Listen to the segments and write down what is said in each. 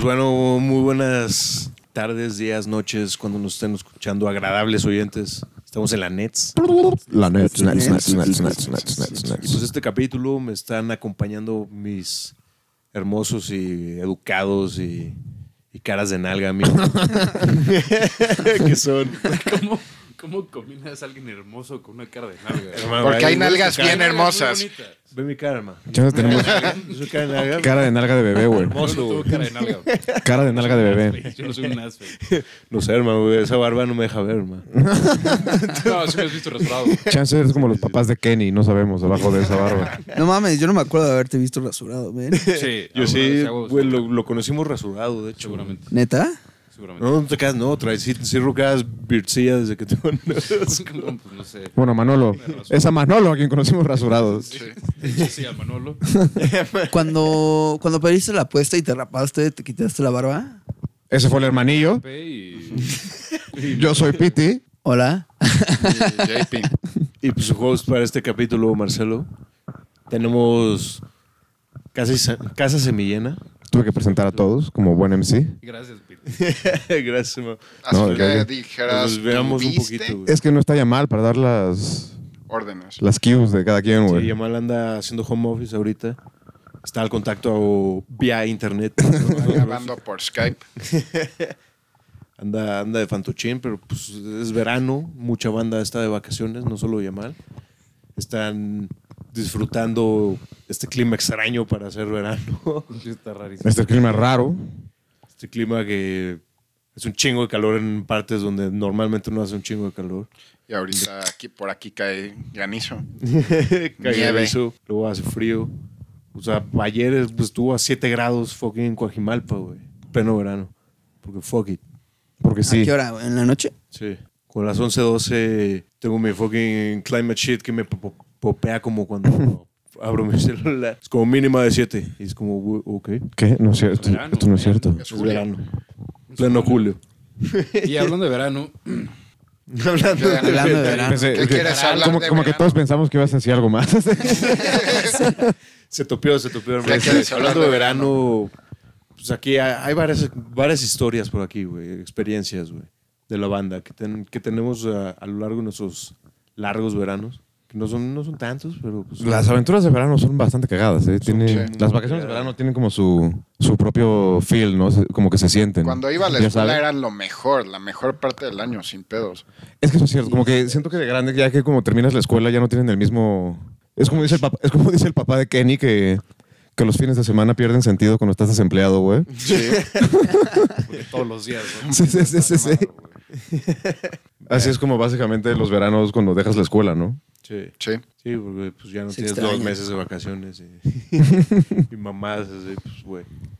bueno, muy buenas tardes, días, noches, cuando nos estén escuchando, agradables oyentes. Estamos en la Nets. La Nets. Y pues este capítulo me están acompañando mis hermosos y educados y caras de nalga amigos. Que son... ¿Cómo combinas a alguien hermoso con una cara de nalga? Porque hay nalgas bien hermosas. Ve mi cara, hermano. Ya tenemos Yo soy cara de nalga. cara de nalga de bebé, güey. Hermoso, Yo no güey. tengo cara de nalga. Cara de nalga de bebé. Yo no soy un aspe. No sé, hermano, güey, esa barba no me deja ver, hermano. No, sí me has visto rasurado. Chance eres como los papás de Kenny, no sabemos, abajo de esa barba. No mames, yo no me acuerdo de haberte visto rasurado, ¿ven? Sí, Yo sí, hago- güey, lo conocimos rasurado, de hecho. Seguramente. ¿Neta? Seguramente. No, no te quedas, no, traes, sí rucas vircilla desde que te Pues no sé. Bueno, Manolo. Es a Manolo a quien conocimos rasurados. De hecho, sí, a Manolo. Cuando pediste la apuesta y te rapaste, te quitaste la barba. Ese fue el hermanillo. Yo soy Piti. Hola. JP. Y pues su host para este capítulo, Marcelo. Tenemos Casa Semillena. Tuve que presentar a todos como buen MC. Gracias, Pete. Gracias, man. Así No, que ya. dijeras, Nos veamos un ¿tuviste? poquito, güey. Es que no está ya mal para dar las Órdenes. cues de cada quien, Sí, güey. Yamal anda haciendo home office ahorita. Está al contacto vía internet. Grabando por Skype. Anda de fantochín, pero pues es verano. Mucha banda está de vacaciones, no solo Yamal. Están disfrutando este clima extraño para hacer verano. Sí, está rarísimo. Este clima es raro. Este clima que es un chingo de calor en partes donde normalmente no hace un chingo de calor. Y ahorita por aquí cae granizo. Cae Nieve. granizo, luego hace frío. O sea, ayer pues, estuvo a 7 grados fucking en Coajimalpa, güey. Pleno verano. Porque fuck it. Porque ¿A sí. qué hora? güey? ¿En la noche? Sí. Con las 11:12 tengo mi fucking climate sheet que me popea como cuando abro mi celular. Es como mínima de 7. Y es como, güey, ok. ¿Qué? No es cierto. Verano, Esto no es cierto. Es Es julio. verano. Pleno julio. Y hablando de verano, Hablando de Hablando de verano. Pensé, ¿Qué es que quieres hablar como, de como que verano? todos pensamos que ibas a decir algo más. Se topió, hermano. ¿Qué quieres hablar Hablando de de verano, pues aquí hay varias historias por aquí, güey. Experiencias, güey, de la banda que tenemos a lo largo de nuestros largos veranos. Que no son tantos, pero pues... Las aventuras de verano son bastante cagadas, ¿eh? Tiene, Sí. las vacaciones de verano tienen como su propio feel, ¿no? Como que se sienten. Cuando iba a la Ya escuela sabes. era lo mejor, la mejor parte del año, sin pedos. Es que eso es cierto. Como que siento que de grande, ya que como terminas la escuela, ya no tienen el mismo... Es como dice el papá de Kenny que los fines de semana pierden sentido cuando estás desempleado, güey. Sí. porque todos los días, ¿no? Sí. Güey. Así es como básicamente los veranos cuando dejas la escuela, ¿no? Sí. Sí. Sí, porque pues ya no Se tienes extraña. 2 meses de vacaciones y mamás, así, pues, güey.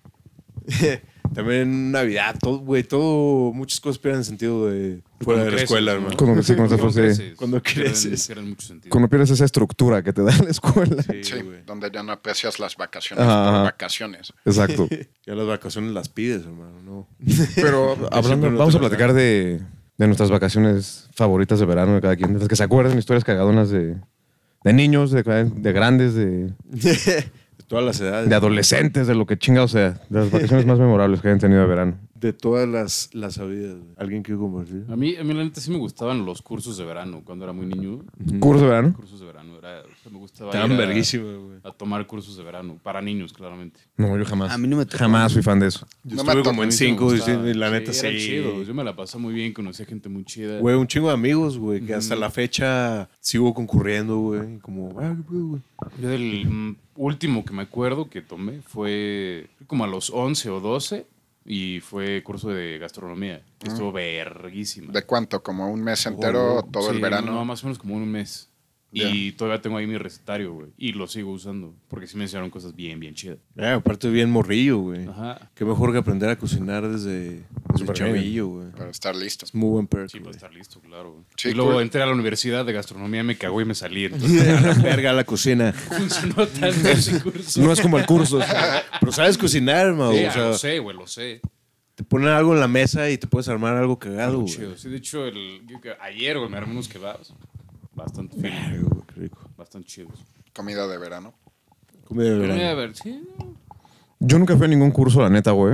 También Navidad, todo, muchas cosas pierden sentido de fuera de la creces, escuela, ¿no? hermano. Como que sí, cuando Cuando se fuese- creces, Cuando pierden- creces. pierden mucho sentido. Cuando pierdes esa estructura que te da la escuela. Sí, Sí, güey. donde ya no aprecias las vacaciones Ajá. por vacaciones. Exacto. Ya las vacaciones las pides, hermano, ¿no? Pero hablando, no vamos te a platicar de nuestras vacaciones favoritas de verano de cada quien. De las que se acuerdan, historias cagadonas de niños, de grandes, de De todas las edades. adolescentes, de lo que chingados sea. De las vacaciones más memorables que hayan tenido de verano. De todas las sabidas, güey. ¿Alguien quiere compartir? A mí la neta sí me gustaban los cursos de verano cuando era muy niño. ¿Curso de verano? Cursos de verano, me gustaba Estaban ir verguísimas, güey. a tomar cursos de verano, para niños, claramente. No, yo jamás. A mí no me tocó. Jamás fui fan de eso. Yo No me estuve tocó, como en A mí sí me 5 gustaba. y la neta sí. Eran chidos. Yo me la pasé muy bien, conocí a gente muy chida. Güey, un chingo de amigos, güey, que hasta la fecha sigo concurriendo, güey. Como, qué pedo, güey. Yo del último que me acuerdo que tomé fue como a los 11 o 12 y fue curso de gastronomía. Que estuvo verguísima. ¿De cuánto? ¿Como un mes entero, todo el Sí, verano? No, más o menos como un mes. Ya. Y todavía tengo ahí mi recetario, güey. Y lo sigo usando. Porque sí me enseñaron cosas bien, bien chidas. Aparte bien morrillo, güey. Ajá. Qué mejor que aprender a cocinar desde Súper chavillo, güey. Para estar listos. Es muy buen perk, Sí, güey. para estar listo, claro, güey. Sí, y luego cool. entré a la universidad de gastronomía, me cagó y me salí. Entonces A la verga la cocina. funcionó tanto ese curso. No es como el curso. Pero sabes cocinar, hermano. Sí, o sea, lo sé, güey, lo sé. te ponen algo en la mesa y te puedes armar algo cagado, Algo güey. chido. Sí, de hecho, ayer, güey, me armé unos kebabs. Bastante Verga, finos, güey, qué rico. bastante chidos. Comida de verano. Comida de Pero verano. a ver, sí. Yo nunca fui a ningún curso, la neta, güey.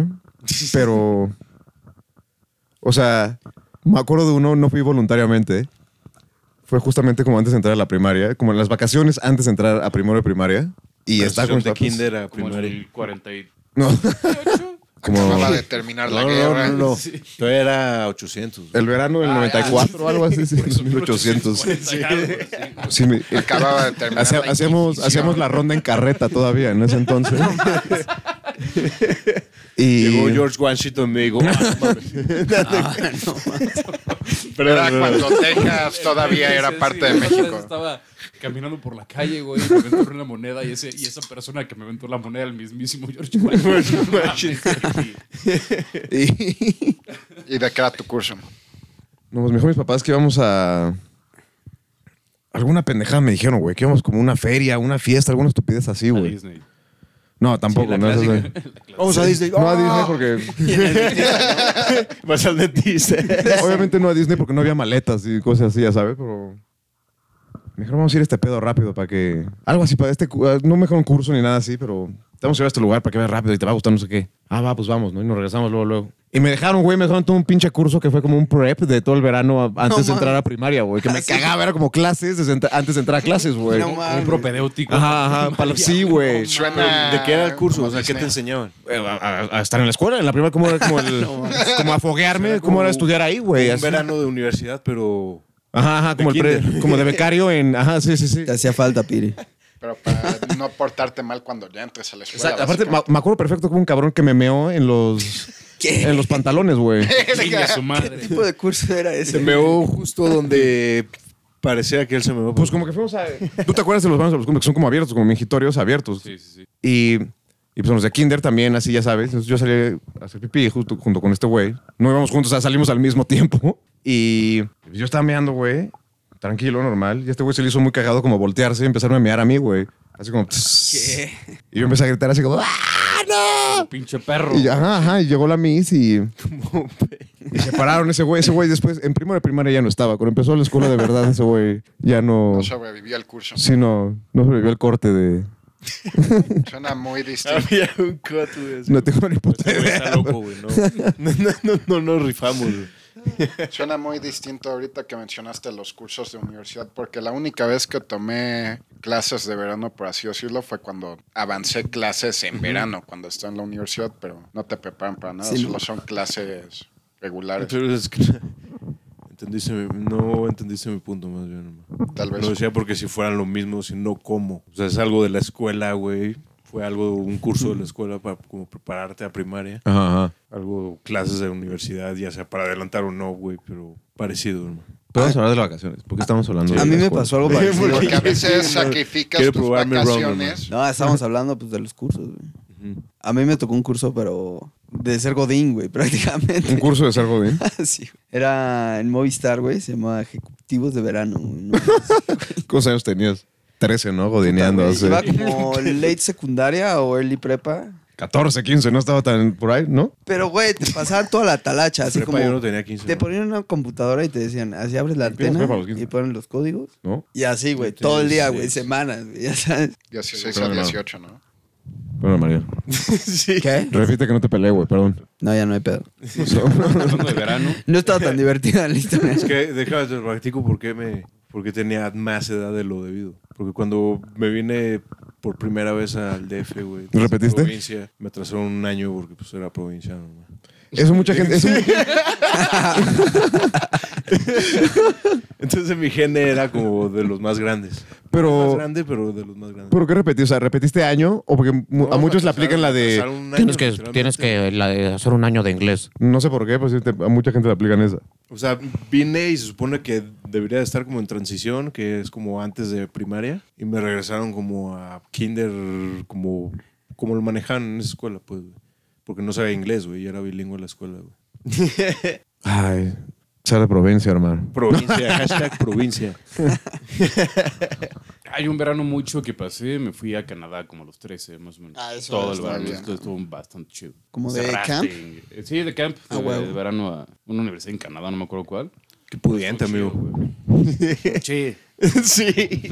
Pero, o sea, me acuerdo de uno, no fui voluntariamente. Fue justamente como antes de entrar a la primaria, como en las vacaciones antes de entrar a primero de primaria. Y está con mis de papás. kinder a Como en primaria. el 48. No, como Acababa de terminar la guerra. No. Todavía era 800. el verano del 94 o algo así, sí, 1800. Sí, Acababa de terminar la hacíamos Inquisición. la ronda en carreta todavía en ese entonces. Y Llegó George Washington y me dijo, Pero era cuando Texas todavía era parte de México. Estaba caminando por la calle, güey, me aventó una moneda y esa persona que me aventó la moneda, el mismísimo George Washington. ¿Y de qué era tu curso? no, pues me dijo mis papás que íbamos a alguna pendejada me dijeron, güey, que íbamos como a una feria, una fiesta, alguna estupidez así, A güey. Disney. No, tampoco, Sí, la no es clásica. así. La clásica. vamos a Disney. No a Disney porque Vas al dentista. obviamente no a Disney porque no había maletas y cosas así, ya sabes, pero me dijeron, vamos a ir a este pedo rápido para que algo así para no me dijeron curso ni nada así, pero vamos a ir a este lugar para que veas rápido y te va a gustar no sé qué. Ah, va, pues vamos, ¿no? Y nos regresamos luego. Y me dejaron, güey, me dejaron todo un pinche curso que fue como un prep de todo el verano antes de entrar a primaria, güey. Que me cagaba, era como clases antes de entrar a clases, güey. No Un mames. propedéutico. Ajá, sí, güey. Suena. ¿De qué era el curso? como O sea, ¿qué te Disney. enseñaban? A estar en la escuela, en la primera, como era como como a foguearme, cómo era estudiar ahí, güey. Un así. verano de universidad, pero... Ajá, como, de kinder. como de becario en. Ajá, sí. Te hacía falta, Piri. Pero para no portarte mal cuando ya entres a la escuela. Exacto. Aparte, me acuerdo perfecto como un cabrón que me meó en los pantalones, güey. Chinga su ¿Qué madre. tipo de curso era Se ese? meó justo donde parecía que él se meó. Pues como que fuimos a. ¿Tú te acuerdas de los baños de los que son como abiertos, como mingitorios abiertos? Sí, sí, sí. Y pues los de kinder también, así ya sabes. Entonces yo salí a hacer pipí junto con este güey. No íbamos juntos, o sea, salimos al mismo tiempo. Y yo estaba meando, güey. Tranquilo, normal. Y este güey se le hizo muy cagado como voltearse y empezar a mear a mí, güey. Así como... ¿Qué? Y yo empecé a gritar así como... ¡Ah, no! Un pinche perro. Y ajá, y llegó la Miss y se pararon ese güey después, en primero de primaria ya no estaba. Cuando empezó la escuela de verdad, ese güey ya no... No sobrevivió al curso. Sí, no sobrevivió el corte de... Suena muy distinto. Había un cut, güey. así. No tengo ni puta Este güey idea. está loco, güey. No nos rifamos, güey. Suena muy distinto ahorita que mencionaste los cursos de universidad, porque la única vez que tomé clases de verano, por así decirlo, fue cuando avancé clases en verano, cuando estaba en la universidad, pero no te preparan para nada, Sí, solo no. son clases regulares. Pero es que no entendiste mi punto más bien. Tal vez. Lo decía porque si fueran lo mismo, si no, ¿cómo? O sea, es algo de la escuela, güey. Fue un curso de la escuela para como prepararte a primaria. Ajá. Algo, clases de universidad, ya sea para adelantar o no, güey, pero parecido, hermano. Pero vamos a hablar de las vacaciones. ¿Por qué estamos hablando de A la mí me escuela? pasó algo parecido. Porque a veces sacrificas Quiero tus probarme ron, vacaciones. No, estábamos hablando pues, de los cursos, güey. A mí me tocó un curso, pero de ser godín, güey, prácticamente. Un curso de ser godín. Sí. Era en Movistar, güey, se llama Ejecutivos de Verano. Güey. No, ¿Cuántos años tenías? 13, ¿no? Godineando. güey, hace iba como late secundaria o early prepa. 14, 15, no estaba tan por ahí, ¿no? Pero, güey, te pasaban toda la talacha, así Prepa como... yo no tenía 15. Te ¿no? ponían una computadora y te decían, así abres la Empiezas antena prepa a los 15. y ponen los códigos. ¿No? Y así, güey, Yo todo el día, tenía güey, 16. semanas, güey, ya sabes. 16 Pero a no. 18, ¿no? Bueno, María. Sí. ¿Qué? Repite que no te peleé, güey, perdón. No, ya no hay pedo. Hablando de verano. No estaba tan divertida la historia. Es que déjame te practico porque tenía más edad de lo debido. Porque cuando me vine por primera vez al DF, güey. desde ¿Repetiste? Provincia, me atrasaron un año porque pues era provinciano, güey. Eso mucha gente... Entonces mi gene era como de los más grandes. Más Pero... grande, pero de los más grandes. ¿Pero qué repetí? O sea, ¿repetiste año? O porque a muchos le aplican la de... Tienes que hacer un año de inglés. No sé por qué, pues a mucha gente le aplican esa. O sea, vine y se supone que debería de estar como en transición, que es como antes de primaria, y me regresaron como a kinder, como lo manejaban en esa escuela, pues, güey. Porque no sabía inglés, güey, y era bilingüe en la escuela, güey. Ay, ser de provincia, hermano. Provincia, hashtag provincia. Hay un verano mucho que pasé, me fui a Canadá como a los 13, más o menos. Ah, eso todo el está verano, bien. esto estuvo bastante chido. ¿Como Hice de rafting. Sí, de camp. Ah, De huevo. verano a una universidad en Canadá, no me acuerdo cuál. Qué pudiente, Estuvo amigo. chido, güey. Sí. Sí.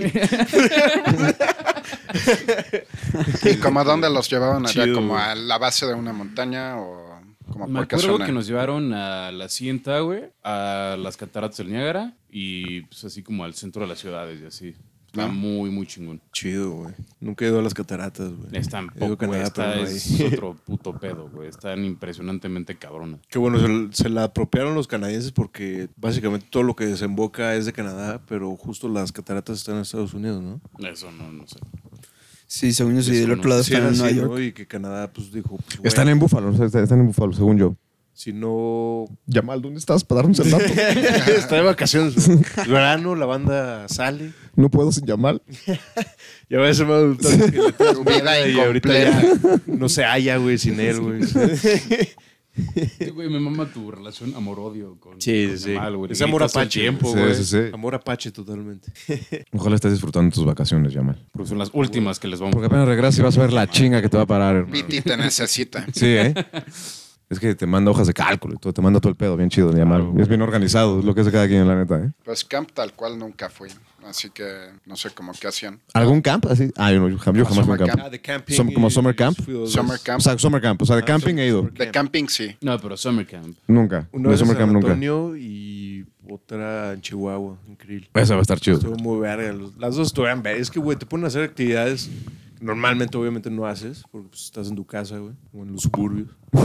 ¿Y como a dónde los llevaban allá? Chido, ¿Como güey. a la base de una montaña o Como Me por qué acuerdo zona. que nos llevaron a la CN Tower, a las cataratas del Niágara y pues así como al centro de las ciudades y así. Está muy, muy chingón. Chido, güey. Nunca he ido a las cataratas, güey. Están He ido a poco, güey. Canadá, Esta pero no es he- otro puto pedo, güey. Están impresionantemente cabronas. Qué bueno, se la apropiaron los canadienses porque básicamente todo lo que desemboca es de Canadá, pero justo las cataratas están en Estados Unidos, ¿no? Eso no sé. Sí, según yo, sí, del otro lado Sí, están era en Nueva así, York. ¿no? Y que Canadá, pues dijo, pues, güey, Están en Búfalo, o sea, están en Búfalo, según yo. si no... Yamal, ¿dónde estás para darnos el dato? Está de vacaciones, güey. Verano, la banda sale. No puedo sin Yamal. Ya va a ser más adulto que le tengas Tu vida mierda y ahorita ya no se halla, güey, sin él, güey. Sí, güey, me mama tu relación amor-odio con Sí, con sí. Yamal, güey. Es Le amor gritas todo el apache, tiempo, Sí, güey. sí, sí. Amor apache totalmente. Ojalá estés disfrutando tus vacaciones, Yamal. Porque son las últimas que les vamos Porque apenas regresas y vas a ver la chinga que te va a parar, hermano. Piti te necesita. Sí, ¿eh? Es que te manda hojas de cálculo y todo, te manda todo el pedo, bien chido, Yamal. Es bien organizado, es lo que hace cada quien, la neta, ¿eh? Pues camp tal cual nunca fui. Así que no sé cómo qué hacían. ¿Algún camp así? Ah, yo jamás fui a un Summer camp. camp. De camping. Como summer camp. fui 2 Summer veces. camp. O sea, summer camp. O sea, de camping he ido. De camping sí. No, pero Summer Camp. Nunca. Una De vez en summer San camp nunca. Antonio y otra en Chihuahua, en Krill. Esa va a estar chido. Estuvo muy verga. Las dos estuvieron verga. Es que, güey, te ponen a hacer actividades que normalmente, obviamente, no haces porque pues, estás en tu casa, güey, o en los suburbios.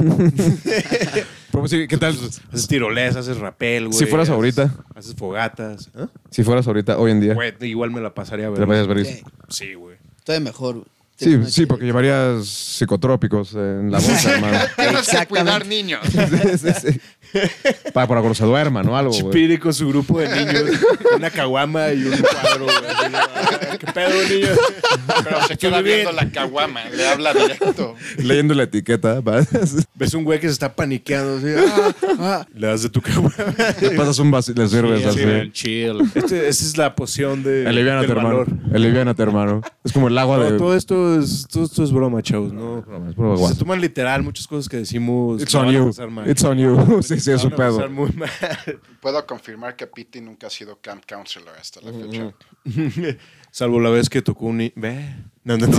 Pero sí, ¿qué tal? Haces tirolesa, haces rapel, güey. Si fueras ahorita. Haces fogatas. ¿Ah? Si fueras ahorita, hoy en día, Güey, igual me la pasaría a ver. te la vayas a ver. Sí. Sí, güey. Todavía mejor, güey. Sí, sí, porque llevarías psicotrópicos en la bolsa, hermano. Tienes que cuidar Exactamente. niños. Sí, sí, sí. Para que se duerman o algo, güey. Chipiri con su grupo de niños, una caguama y un cuadro, güey. Así, ¿qué pedo, niño? Pero se queda viendo la caguama. Le habla directo. Leyendo la etiqueta, ¿va? Ves un güey que se está paniqueando, así, le das de tu caguama. Le pasas un vaso y le sirves Sí, así. sí. Chill. Esa es la poción de, Aliviánate, del hermano. valor. Aliviánate, hermano. Es como el agua No, de... todo esto es broma, chavos. No, Es puro agua. se toman literal muchas cosas que decimos. It's la on van a you. pasar mal. It's on you. Sí, sí, es La un van a pasar pedo. muy mal. Puedo confirmar que Piti nunca ha sido camp counselor hasta la fecha. Salvo la vez que tocó un... Ve. No, No,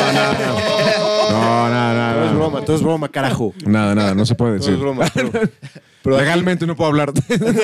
Todo es no. broma, todo es broma, carajo. Nada, no se puede Todo es decir. broma. Pero Legalmente no puedo hablar.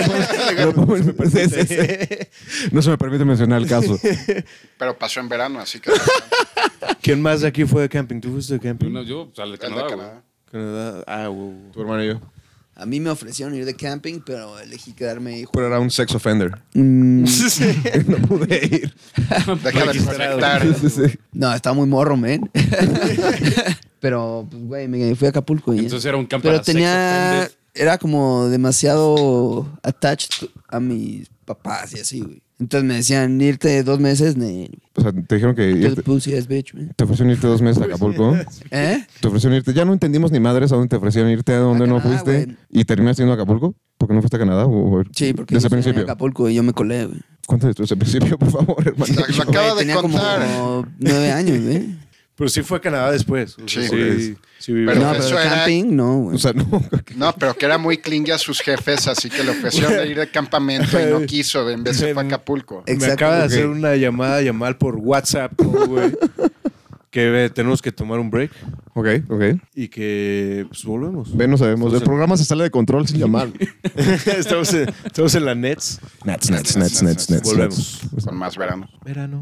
Sí, sí. No se me permite mencionar el caso. Pero pasó en verano, así que... ¿Quién más de aquí fue de camping? ¿Tú fuiste de camping? No, yo, o sea, de El de Canadá, güey. Canadá. Canadá. Ah, güey. Tu hermano y yo. A mí me ofrecieron ir de camping, pero elegí quedarme ahí. Pero era un sex offender. Mm, No pude ir. Deja de proyectar. Sí, sí. no, estaba muy morro, man. Pero, pues, güey, me fui a Acapulco y ya. Entonces era un camp Pero para sex tenía... offenders. Era como demasiado attached a mis papás y así, güey. Entonces me decían, irte 2 meses, O sea, te dijeron que to the irte, pussy ass bitch, man. te ofrecieron irte 2 meses a Acapulco. ¿Eh? Te ofrecieron irte. Ya no entendimos ni madres a dónde te ofrecieron irte, a dónde A no Canadá, fuiste. güey. ¿Y terminaste yendo a Acapulco? ¿Por qué no fuiste a Canadá? Sí, porque Desde el yo estuve en principio. Acapulco y yo me colé, güey. Cuéntales tú desde el principio, por favor, hermano. Lo acaba de Tenía contar. como 9 años, güey. Pero sí fue a Canadá después. O sea, Sí. sí vivió. Pero no, pero eso de era- camping, no, güey. O sea, no. No, pero que era muy clingy a sus jefes, así que le ofrecieron de ir de campamento y no quiso, en vez se fue a Acapulco. Me Exacto. acaba de Ok. hacer una llamada Yamal por WhatsApp, ¿no, güey? Que tenemos que tomar un break Ok. y que pues volvemos. Ven, no sabemos. El Estamos programa se sale de control sin llamar. estamos en la Nets. Nets. Volvemos. Con más verano. Verano.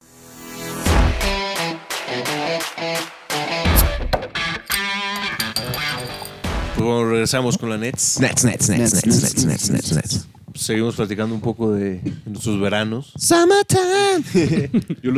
Pues bueno, regresamos con la Nets. Nets. Seguimos platicando un poco de nuestros veranos. Summertime. Yo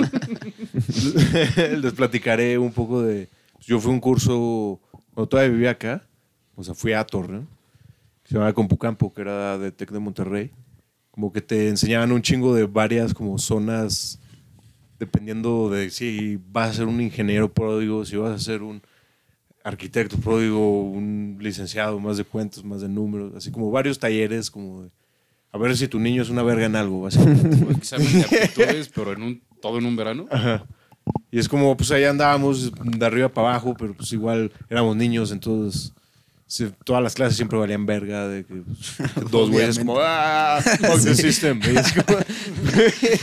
les platicaré un poco de... Yo fui a un curso cuando todavía vivía acá. O sea, fui a Torreón. Que se llamaba Compucampo, que era de Tec de Monterrey. Como que te enseñaban un chingo de varias como zonas, dependiendo de si vas a ser un ingeniero pródigo, si vas a ser un arquitecto pródigo, un licenciado, más de cuentos, más de números, así como varios talleres, como de, a ver si tu niño es una verga en algo, básicamente. Como examen de aptitudes, pero todo en un verano. Y es como, pues ahí andábamos de arriba para abajo, pero pues igual éramos niños, entonces todas las clases siempre valían verga, de que pues, dos güeyes como, fuck the system. Y es como-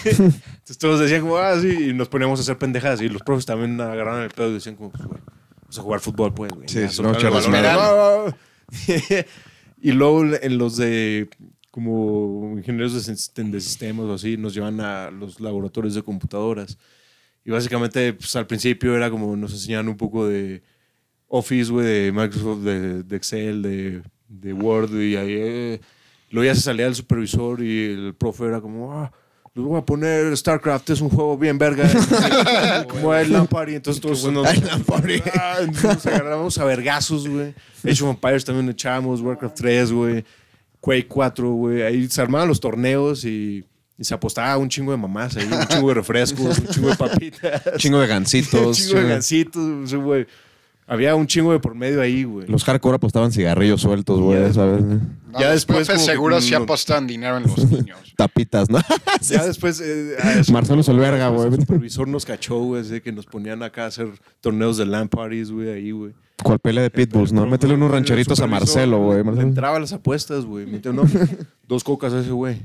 entonces todos decían como, sí, y nos poníamos a hacer pendejadas, y los profes también agarraron el pedo y decían como, pues, bueno, pues, a jugar fútbol, pues, güey. Sí, Ya, sí, soltar no, el Charles balón. Y luego en los de como ingenieros de sistemas o así, nos llevan a los laboratorios de computadoras. Y básicamente, pues al principio era como nos enseñaban un poco de Office, güey, de Microsoft, de Excel, de Word, y ahí luego ya se salía el supervisor y el profe era como, les voy a poner StarCraft, es un juego bien verga. Como el Lampard, y entonces todos nos agarramos a vergazos, güey. Age of Empires también echábamos, Warcraft 3, güey. Quake 4, güey. Ahí se armaban los torneos y se apostaba un chingo de mamás ahí, un chingo de refrescos, un chingo de papitas. Chingo de gancitos. Un chingo de gancitos, güey. Había un chingo de por medio ahí, güey. Los hardcore apostaban cigarrillos sueltos, güey, ¿sabes? No, Ya los después profes como que seguro sí no- apostan dinero en los niños. Tapitas, ¿no? Ya después... Marcelo Solverga, güey. El supervisor nos cachó, güey, así que nos ponían acá a hacer torneos de LAN parties, güey, ahí, güey. ¿Cuál pelea de pitbulls, no? Métele unos rancheritos a Marcelo, güey. Le Marcelo. entraba a las apuestas, güey. Metió, no, 2 cocas a ese güey.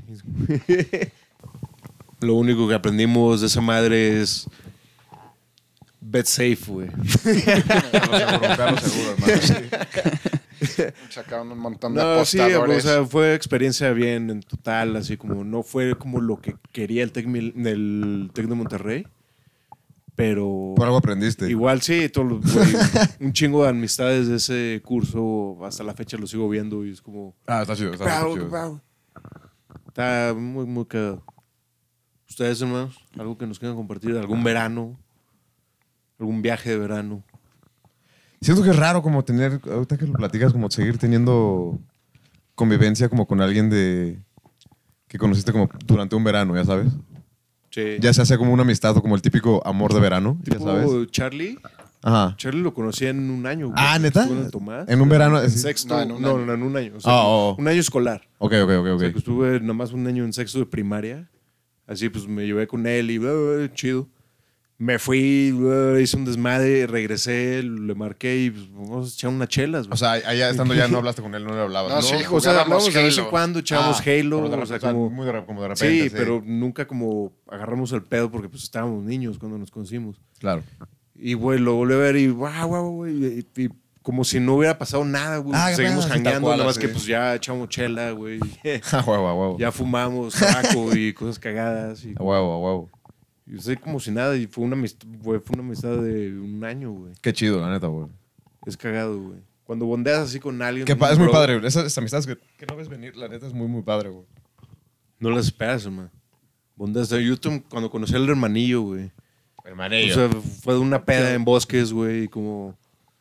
Lo único que aprendimos de esa madre es bet safe, güey. seguro, hermano. Sacaron un montón de No, sí, apostadores. o sea, fue experiencia bien en total, así como no fue como lo que quería el Tec de Monterrey, pero Por algo aprendiste. igual sí, güey, un chingo de amistades de ese curso, hasta la fecha lo sigo viendo y es como... Está chido, Está muy, muy cagado. ¿Ustedes, hermanos? ¿Algo que nos quieran compartir? ¿Algún verano? ¿Algún viaje de verano? Siento que es raro como tener, ahorita que lo platicas, como seguir teniendo convivencia como con alguien que conociste como durante un verano, ya sabes. Sí. Ya se hace como una amistad o como el típico amor de verano, ya Tipo sabes. Charlie. Ajá. Charlie lo conocí en un año. güey. Ah, ¿neta? Estuve en el Tomás. En un verano. En sí. sexto. No, en un No, año. no, en un año. O sea, Oh. un año escolar. Ok. O sea, que estuve nomás un año en sexto de primaria. Así pues me llevé con él y chido. Me fui, hice un desmadre, regresé, le marqué y pues vamos a echar unas chelas. güey. O sea, allá estando ya no hablaste con él, no le hablabas. No, sí, o sea, jugábamos hablamos de vez en Halo. cuando, echábamos Halo. Pero de O sea, repente, como... muy como de repente. Sí, pero nunca como agarramos el pedo porque pues estábamos niños cuando nos conocimos. Claro. Y, güey, lo volví a ver y, güey, y como si no hubiera pasado nada, güey. Ah, Seguimos sí, tal jangueando, cual, nada más así. que pues ya echamos chela, güey. A huevo. Ya fumamos tabaco y cosas cagadas. Y, A huevo. y sé como si nada. Y fue una amistad de un año, güey. Qué chido, la neta, güey. Es cagado, güey. Cuando bondeas así con alguien. Es un muy bro, padre, güey. Esas amistades que no ves venir, la neta es muy, muy padre, güey. No las esperas, hermano. Bondeas. Yo cuando conocí al hermanillo, güey. Hermanillo. O sea, fue de una peda en bosques, güey, y como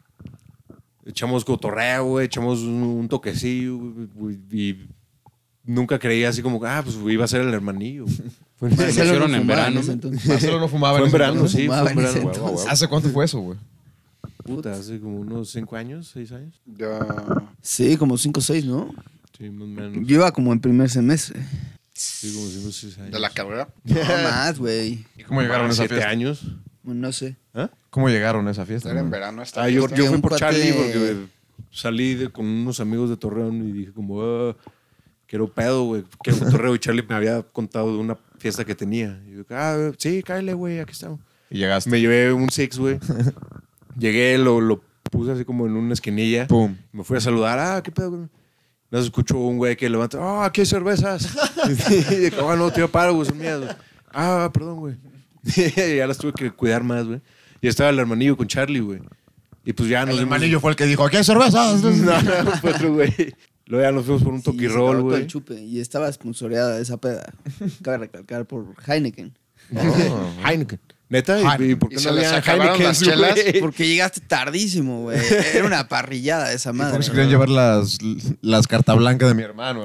echamos cotorreo, güey, echamos un toquecillo, güey, y nunca creía así como, pues iba a ser el hermanillo. Fue Marcelo hicieron en fumaba verano, ese ¿no? entonces. Marcelo no fumaba en ese verano, entonces. sí, fue fumaba en en ese verano. entonces. ¿Hace cuánto fue eso, güey? Puta, hace como unos 5 años, 6 años. Ya. Sí, como 5 o 6, ¿no? Sí, más o menos. Yo iba como en primer semestre. Sí, como 5 o 6 años. ¿De la carrera? No más, güey. ¿Y cómo llegaron a esa 7 fiesta? años. Bueno, no sé. ¿Ah? ¿Cómo llegaron a esa fiesta? Era en güey? verano esta Yo fiesta. fui un por cuate- Charlie porque salí con unos amigos de Torreón y dije como, quiero pedo, güey, quiero cotorreo. Y Charlie me había contado de una fiesta que tenía. Y yo, sí, cállale, güey, aquí estamos. Y llegaste. Me llevé un Six, güey. Llegué, lo puse así como en una esquinilla. Pum. Me fui a saludar. ¿Qué pedo, güey? Nos escuchó un güey que levanta, aquí hay cervezas. Y dije, no, tío, paro, güey, son mías, güey. Perdón, güey. Y ya las tuve que cuidar más, güey. Y estaba el hermanillo con Charlie, güey. Y pues ya nos El dimos- hermanillo fue el que dijo, ¿aquí hay cervezas? No, fue otro güey. Luego ya nos fuimos por un Sí, se toquirol, acabó todo güey. el chupe. Y estaba sponsoreada esa peda. Cabe recalcar por Heineken. Heineken. ¿Neta? ¿Y por ¿Y qué se no les había acabaron Heineken, las chelas? güey? Porque llegaste tardísimo, güey. Era una parrillada esa ¿Por madre. qué se querían llevar las carta blanca de mi hermano?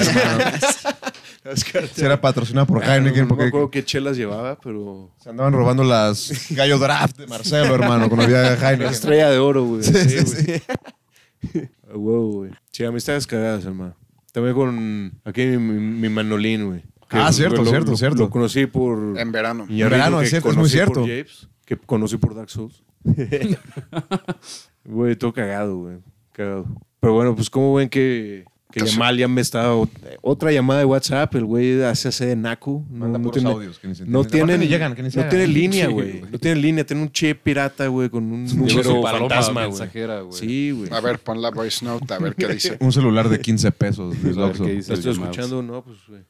Se era patrocinado por Heineken No me porque acuerdo qué chelas llevaba, pero... se andaban robando las Gallo Draft de Marcelo, hermano, cuando había La Heineken. estrella de oro, güey. Sí, Sí, sí, güey. A huevo, güey. Sí, amistades cagadas, hermano. También con aquí mi Manolín, güey. Que Cierto. Lo conocí por... En verano. Iñárritu, En verano, que es cierto, es conocí muy por cierto. Japes, que conocí por Dark Souls. Güey, todo cagado, güey. Cagado. Pero bueno, pues como ven que Que Yamal ya me está... Otra llamada de WhatsApp, el güey hace de naco. Manda puros tiene, audios que ni se no entienden. tiene, Aparte ni llegan, que ni se no hagan. tiene línea, Sí, güey. güey. No tiene línea, tiene un chip pirata, güey, con un Llegó número su paloma fantasma, güey. mensajera, güey. Sí, güey. A ver, pon la voice note, a ver qué dice. Un celular de 15 pesos. del A ver Oxxo. qué dice ¿La estoy el Mouse. escuchando? No, pues, güey.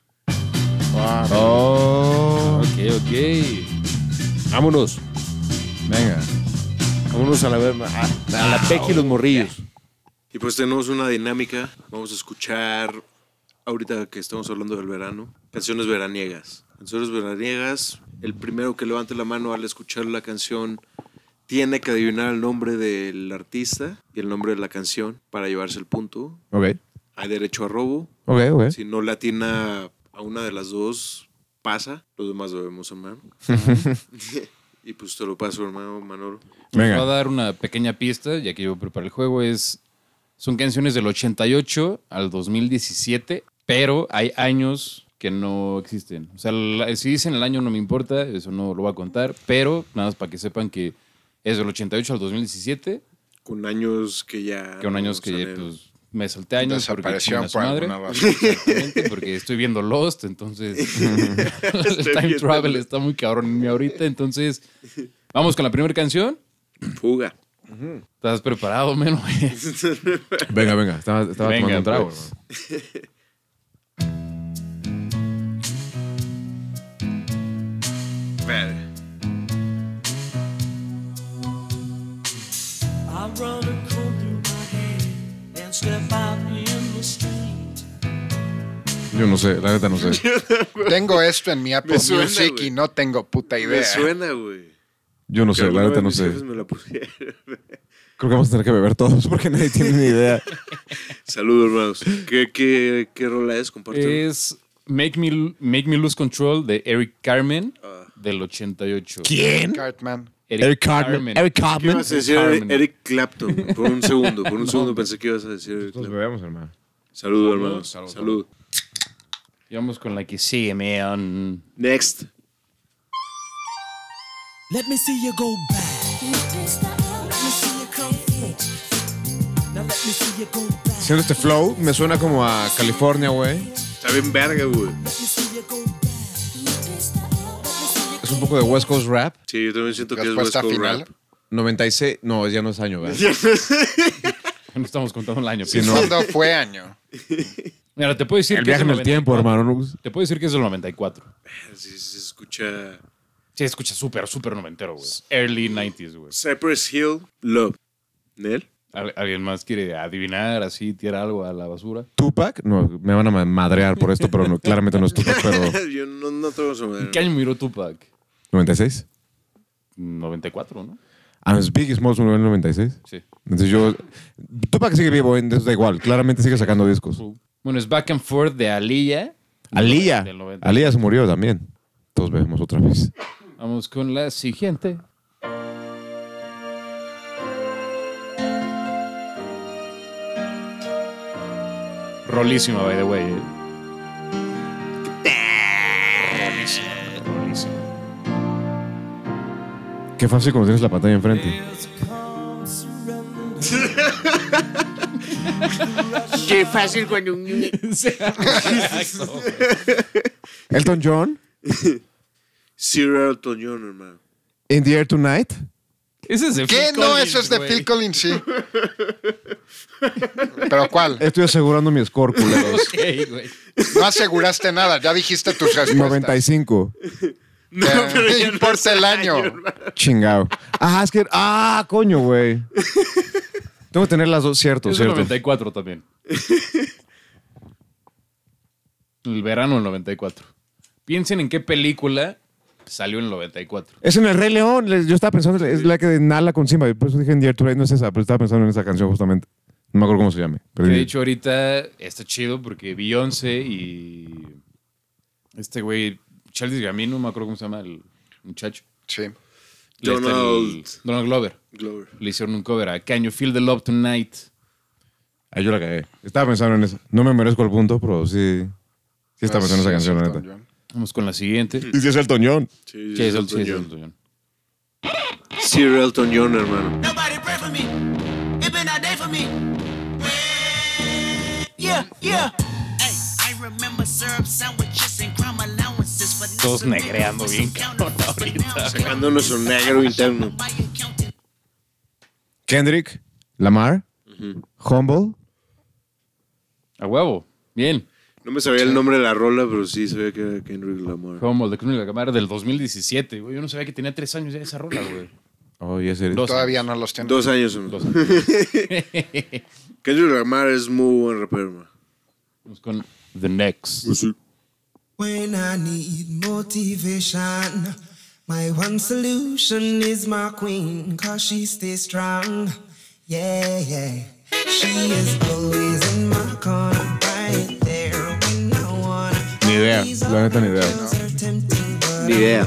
Oh. Ok. Vámonos. Venga. Vámonos a la Peque y los morrillos. Y pues tenemos una dinámica. Vamos a escuchar, ahorita que estamos hablando del verano, canciones veraniegas. Canciones veraniegas, el primero que levante la mano al escuchar la canción tiene que adivinar el nombre del artista y el nombre de la canción para llevarse el punto. Ok. Hay derecho a robo. Ok. Si no le atina a una de las dos, pasa. Los demás lo vemos, hermano. Y pues te lo paso, hermano Manolo. Venga. Voy a dar una pequeña pista, ya que yo preparé el juego. Son canciones del 88 al 2017, pero hay años que no existen. O sea, si dicen el año no me importa, eso no lo voy a contar, pero nada más para que sepan que es del 88 al 2017, Con años que ya... que son años no que salen. pues, me salté años porque Desapareció chinga su por madre. alguna razón. Exactamente, porque estoy viendo Lost, entonces el time travel está muy cabrón en mí ahorita, entonces vamos con la primera canción. Fuga. ¿Estás preparado, Meno? Venga. Estaba Venga, tomando un trago, pues. hermano. I run a comb through my hair and step out in the street. Yo no sé, la neta no sé. Tengo esto en mi Apple Me suena, Music güey. y no tengo puta idea. Me suena, güey. Yo no sé, Que la alguna neta vez no mis sé. jefes me la pusieron. Creo que vamos a tener que beber todos porque nadie tiene ni idea. Saludos, hermanos. ¿Qué rola es? Compártelo. Es Make Me Lose Control de Eric Carmen del 88. ¿Quién? Cartman. Eric Cartman. Eric ¿Qué Cartman. ibas a decir? Carmen. Eric Clapton. Por un segundo pensé que ibas a decir Eric Nos Clapton. bebemos, hermano. Saludos, hermanos. Salud. Salud. Y vamos con la que sigue, man. Next. Let me see you go back. Let me see you come forward. Now let me see you go back. Siendo este flow, me suena como a California, güey. Está bien verga, güey. Let me see you go back. Es un poco de West Coast rap. Sí, yo también siento que es West Respuesta Coast final. rap. 96. No, ya no es año, güey. No estamos contando el año. Sí, pero- no. ¿Cuándo fue año? Mira, te puedo decir El que es viaje en del el tiempo, 94. hermano. Te puedo decir que es del 94. Sí, se escucha... Sí, escucha súper noventero, güey. Early 90s, güey. Cypress Hill, Love. ¿Nel? ¿Alguien más quiere adivinar así, tirar algo a la basura? Tupac. No, me van a madrear por esto, pero no, claramente no es Tupac, pero. Yo no te vamos a ver. ¿En qué año miró Tupac? 96. 94, ¿no? Biggie Smalls murió en el 96. Sí. Entonces yo. Tupac sigue vivo, entonces da igual. Claramente sigue sacando discos. Bueno, es Back and Forth de Aliyah. Aliyah. Del 90. Aliyah se murió también. Todos vemos otra vez. Vamos con la siguiente. Rolísima, by the way. Rolísima. Qué fácil cuando tienes la pantalla enfrente. Qué fácil cuando... Elton John. Sir Elton John, hermano. In the Air Tonight. Ese es de ¿Qué? Phil No, Collins, eso es de güey. Phil Collins, sí. ¿Pero cuál? Estoy asegurando mi score, culeros. Ok, güey. No aseguraste nada, ya dijiste tus respuestas. 95. No, pero ya no importa es el año. hermano. Chingado. Ah, es que. Ah, coño, güey. Tengo que tener las dos, cierto, Es del cierto. 94 también. El verano del 94. Piensen en qué película salió en el 94. Es en El Rey León. Yo estaba pensando, es la que nala con Simba. Por eso dije en The Air Tonight, no es esa, pero estaba pensando en esa canción justamente. No me acuerdo cómo se llame. Pero Que de hecho ahorita está chido porque Beyoncé y este güey, Childish Gambino, no me acuerdo cómo se llama el muchacho. Sí. Donald Glover. Glover. Le hicieron un cover a Can You Feel the Love Tonight. Ahí yo la cagué. Estaba pensando en eso. No me merezco el punto, pero sí. Sí estaba pensando en esa canción, la Elton neta. John. Vamos con la siguiente. Y si es el Toñón. Sí, Sí, es el Elton John. Elton John. Sir Elton John, hermano. Nobody pray for me. It been a day for me. Yeah, yeah. Hey, I remember syrup sandwiches and crime allowances for Todos negreando bien, cabrón, ahorita. Sacando nuestro negro interno. Kendrick, Lamar, Humble. A huevo. Bien. No me sabía el nombre de la rola, pero sí sabía que era Kendrick Lamar. Como el de Kendrick Lamar del 2017, güey. Yo no sabía que tenía 3 años ya esa rola, güey. Oh, yes, it is. 2 Todavía no los tiene. 2 años. ¿No? 2 Kendrick Lamar es muy buen rapero, man. Vamos con The Next. When I need motivation, my one solution is my queen, cause she stays strong. Yeah, yeah. She is always in my corner, right there when I wanna. Ni idea, la neta ni idea. Ni idea.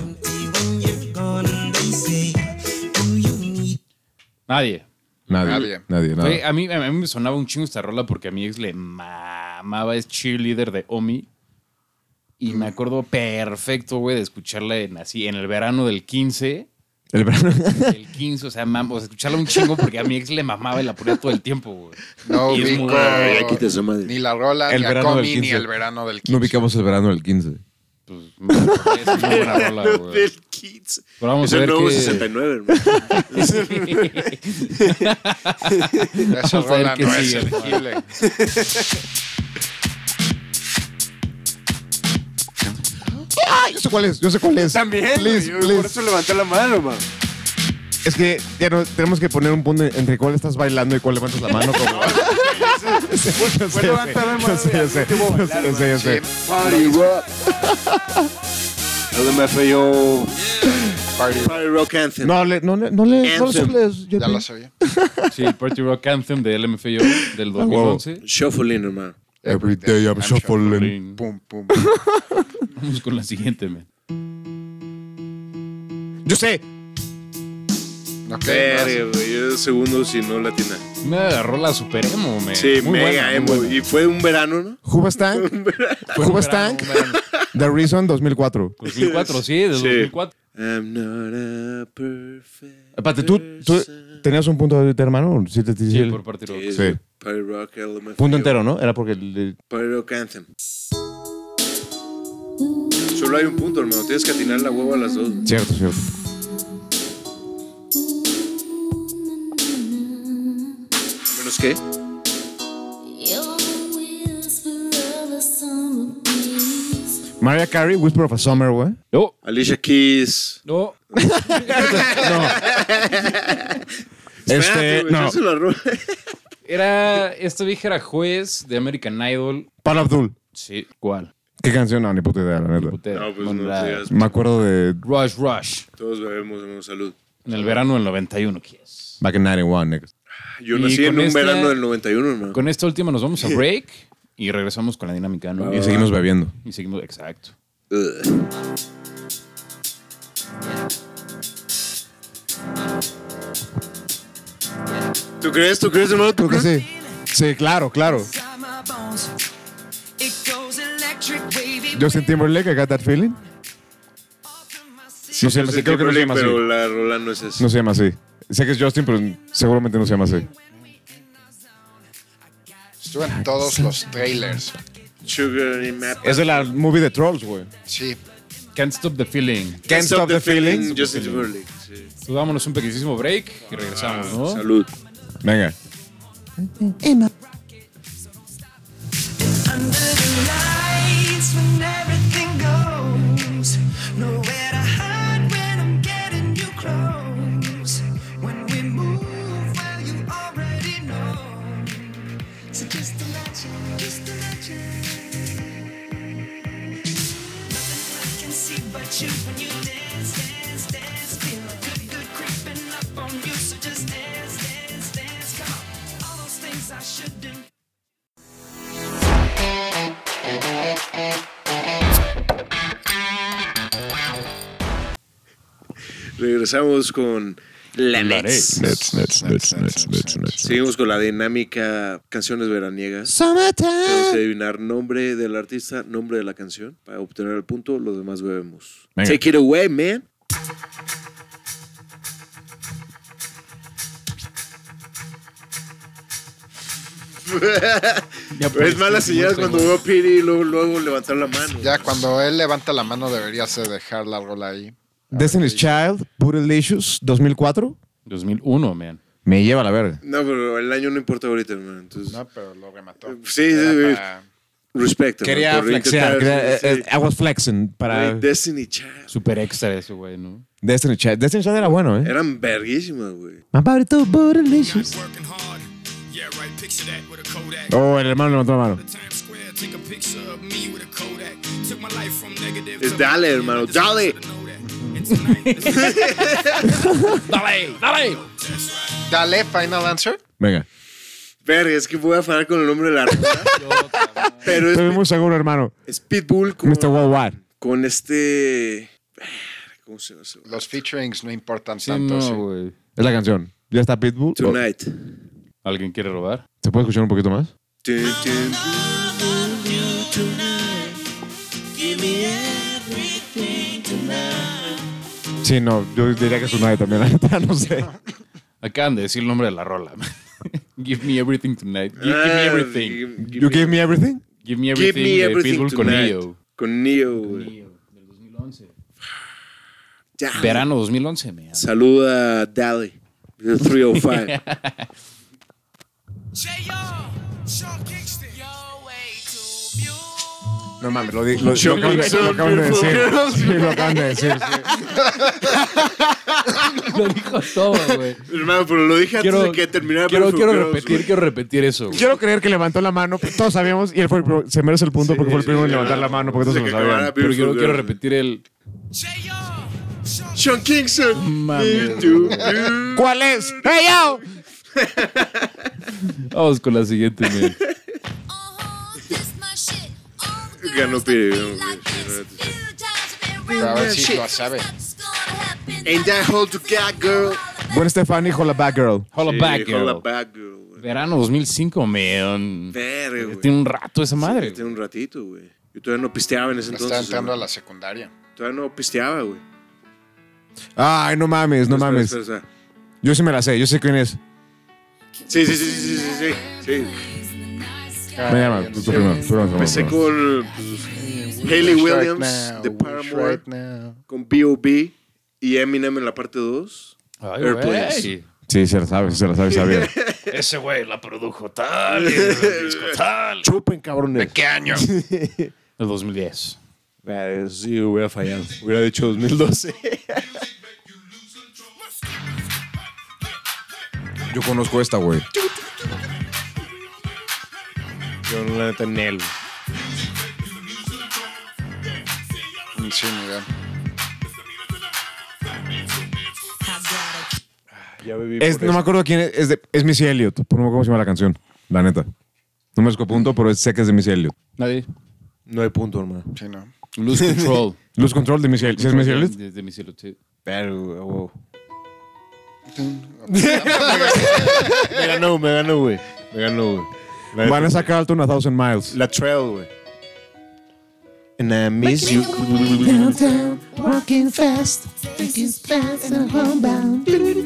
Nadie. Nadie. Güey, Nada. a mí me sonaba un chingo esta rola porque a mi ex le mamaba, es cheerleader de Omi. Y me acuerdo perfecto, güey, de escucharla en el verano del 15. El verano. El 15, o sea, escucharla un chingo porque a mi ex le mamaba y la ponía todo el tiempo, güey. No Y es muy ubico buena. Ya quita esa madre. ni la rola, El ni a verano del Comi, ni 15. el verano del 15. No ubicamos el verano del 15. Pues, es una buena rola, güey. Del Kids. Pero vamos Es a el ver nuevo qué... 69, hermano. Esa Vamos a ver rola qué no sigue, es elegible. ¡Ah! Yo sé cuál es. También, Please, güey, please. por eso levanté la mano, man. Es que ya no, tenemos que poner un punto entre cuál estás bailando y cuál levantas la mano. Como... Fue levantar la mano. Yo sé. Party rock. LMFAO. Party rock anthem. No le Anthem. soples. Ya lo sabía. Sí, el Party Rock Anthem de LMFAO del 2011. Shuffling, hermano. Every day I'm shuffling. Pum, pum. Vamos con la siguiente, man. Yo sé. Ok, Verga, güey. Yo de segundo si no latina. Una rola super emo, man. Sí, Muy mega buena, muy emo. buena. Y fue un verano, ¿no? Hubastank. Fue un Hubastank. verano. The Reason 2004. 2004, sí, del Sí. 2004. I'm not a perfect. Aparte, ¿tú tenías un punto ahorita, hermano? Sí, Sí, por Party Rock. Sí. Party rock, LMFAO. Punto entero, ¿no? Era porque... Party rock anthem. Solo hay un punto, hermano. Tienes que atinar la hueva a las dos. Cierto. ¿Menos qué? Mariah Carey, Whisper of a Summer, güey. No, Alicia Keys. no. Espérate, güey, no. yo se la robo. Esta vieja era juez de American Idol. Paula Abdul. Sí, ¿cuál? ¿Qué canción? No, ni puta idea, la neta. Putera. No, pues Con no la te digas. Me acuerdo de Rush. Todos bebemos, hermano. Salud. En el verano del 91, ¿qué es? Back in 91, niggas. Yo Y nací en con un esta- verano del 91, hermano. Con esta última nos vamos a break y regresamos con la dinámica, ¿no? Y seguimos bebiendo. Y seguimos, exacto. Ugh. ¿Tú crees, hermano? ¿Tú Creo que crees? sí. Sí, claro. Justin Timberlake, I got that feeling. Sí, No se llama así, creo que no se llama así. Pero la rola no es esa. No se llama así. Sé que es Justin, pero seguramente no se llama así. Estuve en todos los trailers. Sugar in my Es de la movie de Trolls, güey. Sí. Can't Stop the Feeling. Can't Stop the Feeling. Justin Timberlake. Sí. Pues vámonos un pequeñísimo break y regresamos, ¿no? Salud. Venga. Under the lights when everything goes. Nowhere to hide when I'm getting you close. When we move, well, you already know. So just imagine. Nothing I can see but you when you dance. Feel a good creeping up on you. So just dance. Come on. All those things I shouldn't. Regresamos con la Nets. Nets. Seguimos con la dinámica canciones veraniegas. Tenemos que adivinar nombre del artista, nombre de la canción. Para obtener el punto, los demás bebemos. Venga. Take it away, man. Es mala señal cuando veo a Piri y luego levantar la mano. Ya cuando él levanta la mano deberías de dejar la rola ahí. Destiny's Child, Bootylicious, 2004. 2001, man. Me lleva a la verga. No, pero el año no importa ahorita, hermano. Entonces, No, pero lo remató. Sí, Era sí, para- respect. Quería hermano, por flexear. intentar, sí. I was flexing para Güey, Destiny Child. Super extra eso, güey, ¿no? Destiny's Child. Destiny's Child era bueno, ¿eh? Eran verguísimas, güey. My favorito, Bootylicious. Working hard. Yeah, right. Picture that with a Kodak. Oh, el hermano levantó la mano. Times Square, take a picture of me with a Kodak. Took my life from negative. Es dale, hermano, dale. ¡Dale! ¡Dale! Dale, final answer. Venga. Verga, es que voy a falar con el nombre de la rola. Pero Estoy muy seguro, hermano. es Pitbull con, Mr. Worldwide. con este... ¿Cómo se llama? Los featurings no importan Sí, tanto. sí. no, güey. Es la canción. Ya está Pitbull. Tonight. ¿Alguien quiere robar? ¿Se puede escuchar un poquito más? Tun, tun. Sí, no. Yo diría que es una también, la neta, no sé. Acaban de decir el nombre de la rola. Give me everything tonight. Give me everything. You give me everything? Give me Give everything. me de everything Pitbull con tonight. Neo. Con Neo, güey. Neo, del 2011. Ya. Verano 2011, man. Saluda a Dali. The 305. Sean Kingston. You're way too beautiful. No mames, lo acaban de decir. Sí, lo acaban de decir. Lo dijo todo, güey. Hermano, pero lo dije antes de que terminara. Quiero Perfect Girls, quiero repetir eso, güey. Quiero creer que levantó la mano. Todos sabíamos. Y él fue el se merece el punto porque fue el primero en levantar la mano. Porque todos se lo sabían. Pero quiero repetir el... Sean Kingston. Mames. ¿Cuál es? ¡Hey, yo! Vamos con la siguiente, man. Ganó Piri. Pero a ver si lo sabe. Ain't that hold to cat, girl? Buen Stefani, Holla Back Girl. Holla Back Girl. Holla back, girl, güey. Verano 2005, man. Verga, güey. Tiene un rato esa madre. Sí, tiene un ratito, güey. Yo todavía no pisteaba en ese Está entonces. entrando a güey. la secundaria. Todavía no pisteaba, güey. Ay, no mames, no mames. Espera. Yo sí me la sé. Yo sé quién es. Sí. Me llama. Tú primero. Empecé con pues, Hayley Williams de Paramore, Right now. con B.O.B. y Eminem en la parte 2. Ay, Airplanes. güey. Sí, se la sabe, sabía. Ese güey la produjo tal, el disco tal. Chupen, cabrones. ¿Qué año? El 2010. Sí, hubiera fallado. Hubiera dicho 2012. Yo conozco esta, güey. Yo no la neta Nel. Sí, Miguel. Ya bebí No por me eso. acuerdo quién es. Es Missy Elliott. Pero no me acuerdo cómo se llama la canción. La neta. No me esco punto, pero sé que es de Missy Elliott. Nadie. No hay punto, hermano. Sí, no. Lose Control. Lose Control de Missy Elliott. ¿Sí es Missy Elliott? De Missy Elliott, sí. Pero, wow. Me ganó, güey. Me ganó, güey. La Van a neta. sacar alto una 1000 miles. La Trail, güey. And I miss you. Downtown, walking fast, thinking fast and homebound.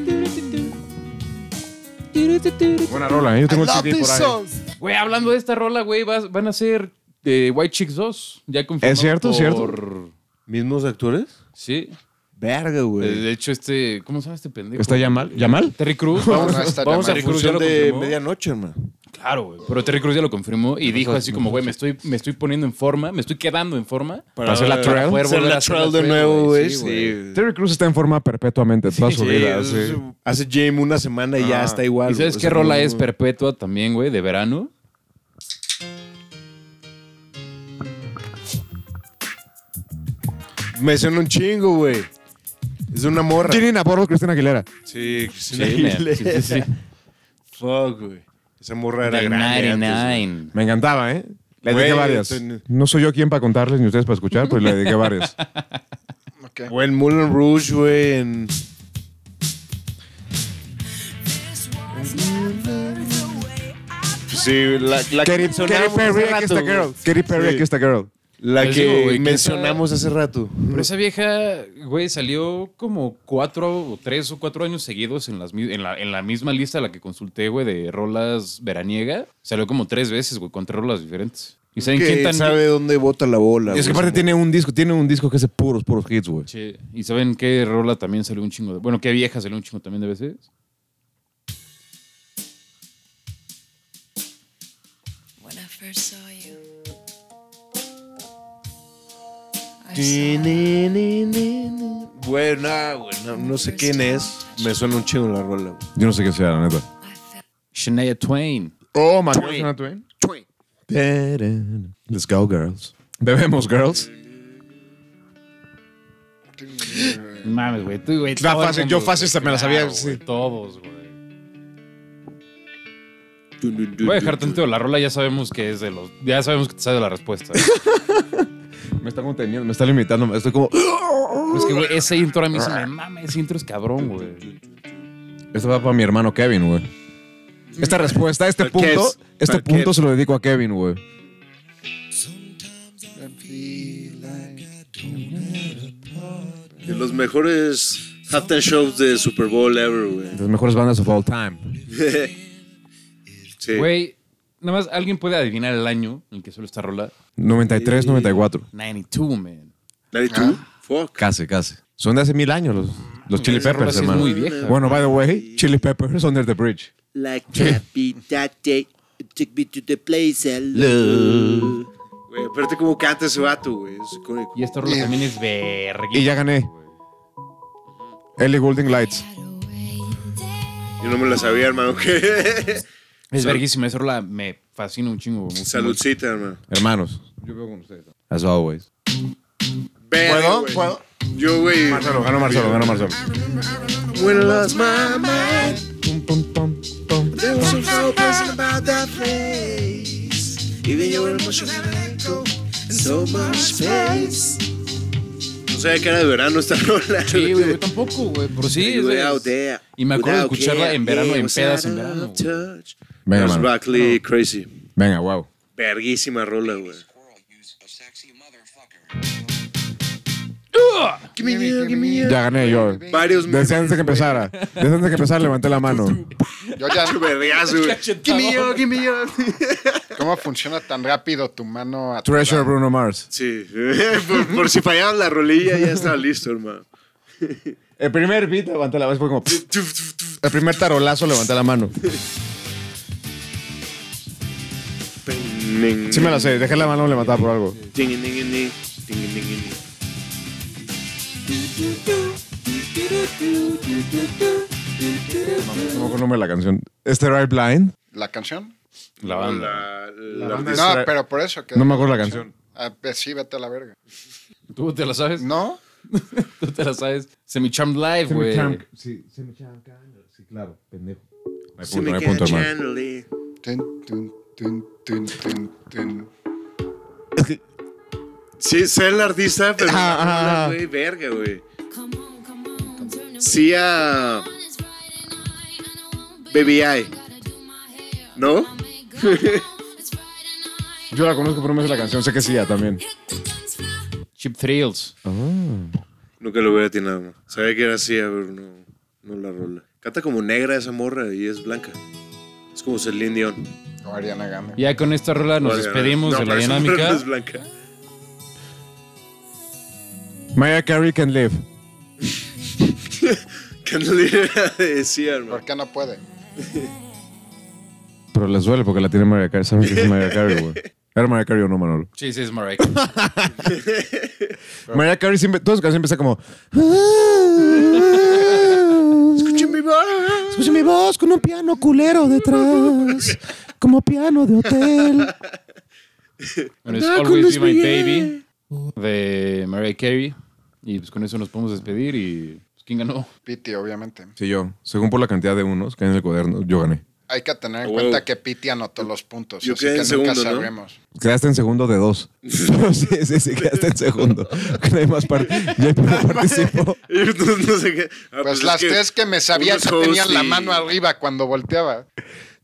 Buena rola, ¿eh? Yo tengo el CD por ahí. Güey, hablando de esta rola, güey, van a ser de White Chicks 2. Ya confirmado. ¿Es cierto? ¿Es cierto? ¿Mismos actores? Sí. Verga, güey. De hecho, ¿cómo se llama este pendejo? ¿Está Yamal? ¿Yamal? Terry Cruz. No, no está Vamos a llamado. Terry Crews ya función lo de confirmó. medianoche, hermano. Claro, güey. Pero Terry Cruz ya lo confirmó y dijo así como, güey, me estoy poniendo en forma, me estoy quedando en forma. Para hacer la trail. poder Hacer volver a la hacer Trail la de trail, nuevo, güey. Sí, Sí. Terry Crews está en forma perpetuamente toda su vida. Sí. Hace gym una semana y ya está igual. ¿Y sabes güey. qué O sea, rola no- es perpetua también, güey, de verano? Me suena un chingo, güey. Es una morra. Ginny Navarro, Cristina Aguilera. Sí, Sí, man. Sí. Fuck, güey. Esa morra era The grande antes, 99. Me encantaba, ¿eh? Le Güey, dediqué varias. estoy- No soy yo quien para contarles ni ustedes para escuchar, pero le dediqué varias. Ok. O en Moulin Rouge, güey, en... Sí, la Katy que sonaba Perry, hace aquí está rato, girl. güey. Katy Perry, Sí. aquí está girl. La Les que digo, güey, que mencionamos hace rato. Pero esa vieja, güey, salió como 3 o 4 años seguidos en la misma lista a la que consulté, güey, de rolas veraniega. Salió como 3 veces, güey, con 3 rolas diferentes. ¿Y saben quién Que tan... sabe dónde bota la bola. Es que güey. aparte tiene un disco que hace puros hits, güey. Sí. ¿Y saben qué rola también salió un chingo de... Bueno, qué vieja salió un chingo también de veces? When I first saw you, Buena, güey. No sé quién es. Me suena un chingo la rola, güey. Yo no sé qué sea, la neta. Shania Twain. Oh, my God. Let's go, girls. Bebemos, girls. Mames, güey. Tú, güey. Está todo el fácil, mundo, yo fácil güey. me la sabía, Claro, sí. güey, todos, güey. Voy a dejar tantito la rola, ya sabemos que es de los... Ya sabemos que te sabes la respuesta. Me está conteniendo, me está limitando. Estoy como... Es que, güey, ese intro a mí se me mama. Ese intro es cabrón, güey. Esto va para mi hermano Kevin, güey. Esta respuesta, este ¿Para qué punto, es? este ¿Para qué? punto se lo dedico a Kevin, güey. De los mejores halftime shows de Super Bowl ever, güey. Las mejores bandas of all time. Sí. Güey, nada más alguien puede adivinar el año en el que solo esta rola. 93, 94. 92, man. ¿92? Fuck. Casi. Son de hace 1000 años los Chili Esa rola Peppers, sí es hermano. muy vieja. Bueno, by the way, Chili Peppers Under the Bridge. Like happy that day, took me to the place I love. Güey, aparte cómo canta ese vato, güey. Es icónico. Y esta rola también es verga. Y ya gané. Ellie Goulding Lights. Yo no me la sabía, hermano. Es verguísima. Esa rola me fascina un chingo. Güey. Saludcita, hermano. Hermanos. Yo veo con ustedes. As always. Verga, güey. ¿Puedo? Yo, güey. Ganó Marcelo. When I lost my mind, Pum, pum, pum, pum. There was some hopeless about that place. Even your emotion had an echo and so much space. no sabía que era de verano esta rola. Sí, güey, yo tampoco, güey. Pero sí, You were es- out there y me acuerdo de without escucharla care. en verano, Yeah, en was pedas out en verano. of touch. Venga, Charles mano. Barkley, Crazy. Venga, wow. Verguísima rola, güey. Give me you. Ya gané yo. Varios Desde antes de que empezara. Desde antes de que empezara, levanté la mano. Yo ya. vergazo, güey. Give me you. ¿Cómo funciona tan rápido tu mano a tu Treasure lado? Bruno Mars. Sí. por si fallaban la rolilla, ya estaba listo, hermano. El primer beat levanté la mano. Fue como... El primer tarolazo levanté la mano. Sí me la sé. Dejé la mano levantada por algo. No me acuerdo el nombre de la canción. ¿Este Right Blind? ¿La canción? La banda. No, pero por eso. Que No me acuerdo la canción. Ah, pues sí, vete a la verga. ¿Tú te la sabes? ¿No? ¿Tú te la sabes? Semi-Charmed Live, güey. Sí, sí, claro. Pendejo. No hay punto, hermano. Tun, tun, tun, tun, tun, tun. Sí, sé el artista, pero Ajá, la rola, ajá. güey, verga, güey. Sí a Baby I. ¿No? Yo la conozco, pero no me sé la canción. Sé que sí, ya también. Cheap Thrills. Nunca lo hubiera atinado, man. Sabía que era así, pero no la rola. Canta como negra esa morra y es blanca. Es como Celine Dion. O Ariana Grande. Ya con esta rola nos Oigan, despedimos no, de la pero esa morra dinámica. no es blanca. Mariah Carey Can Live. Que no le decía, hermano. ¿Por qué no puede? Pero les duele porque la tiene Mariah Carey. Saben que es Mariah Carey, güey. ¿Era Mariah Carey o no, Manolo? Sí, sí, es Mariah. Mariah Carey siempre... Todas sus canciones empiezan como... Escuchen mi voz. Escucha mi voz con un piano culero detrás, como piano de hotel. Bueno, es Always Be My Baby de Mariah Carey. Y pues con eso nos podemos despedir y... Pues, ¿quién ganó? Piti, obviamente. Sí, yo. Según por la cantidad de unos que hay en el cuaderno, yo gané. Hay que tener en Oh, cuenta wow. que Piti anotó los puntos. Yo así quedé que en nunca segundo, ¿no? sabremos. Quedaste en segundo de 2. sí, quedaste en segundo. Que nadie más participó. no sé qué. Ah, Pues es las que tres que me sabía unos que tenían hosts la y- mano arriba cuando volteaba.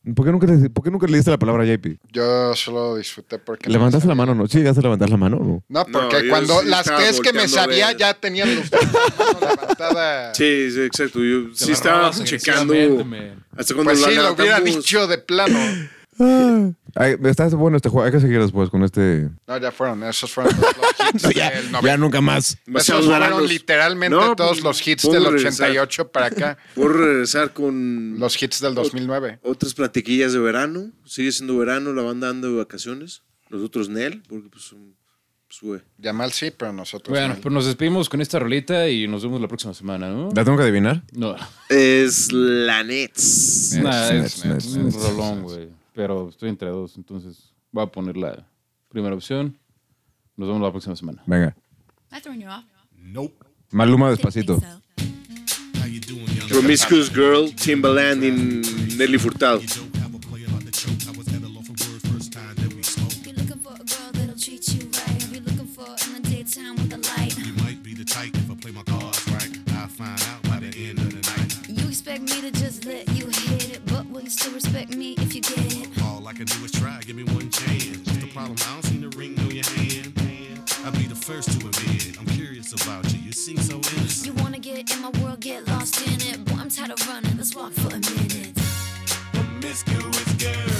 ¿Por qué nunca le diste la palabra a JP? Yo solo disfruté porque... ¿Levantaste la mano o no? ¿Sí llegaste a levantar la mano o no? No, porque No, cuando yo sí las estaba 3 que me volteando a sabía ver. ya tenían los la mano levantada. Sí, sí, exacto. Yo Te sí la estaba robas checando. agresivamente, man. Hasta cuando Pues la sí, lo hubiera levantamos. dicho de plano. Ay, está bueno este juego. Hay que seguir después con este... No, ya fueron. Esos fueron todos los hits del 90. Ya nunca más. Demasiados Esos fueron varanos. literalmente No, todos pues, los hits puedo del regresar. 88 para acá. Por regresar con Los hits del 2009. otras platiquillas de verano. Sigue siendo verano, la banda anda de vacaciones. Nosotros Nel, porque pues güey. Yamal sí, pero nosotros Bueno, no. pues nos despedimos con esta rolita y nos vemos la próxima semana, ¿no? ¿La tengo que adivinar? No. Es la Nets. Nah, Nets, es un Nets. rolón, güey. Pero estoy entre dos, entonces voy a poner la primera opción. Nos vemos la próxima semana. Venga. I thrown you off. Nope. Maluma despacito. Think so. How you doing, young? Promiscuous Girl, Timbaland y Nelly Furtado. Have a player like the choke. I was at a loss for words first time that we spoke. You're looking for a girl that'll treat you right. You're looking for in the daytime with the light. You might be the type if I play my cards right. I'll find out by the end of the night. You expect me to just let you hit it, but will you still respect me if you get it? All I can do is try. Give me one chance. What's the problem? I don't see the ring on your hand. I'll be the first to admit. I'm curious about you. You seem so innocent. You wanna get in my world, get lost in it. Boy, I'm tired of running. Let's walk for a minute. Promiscuous girl.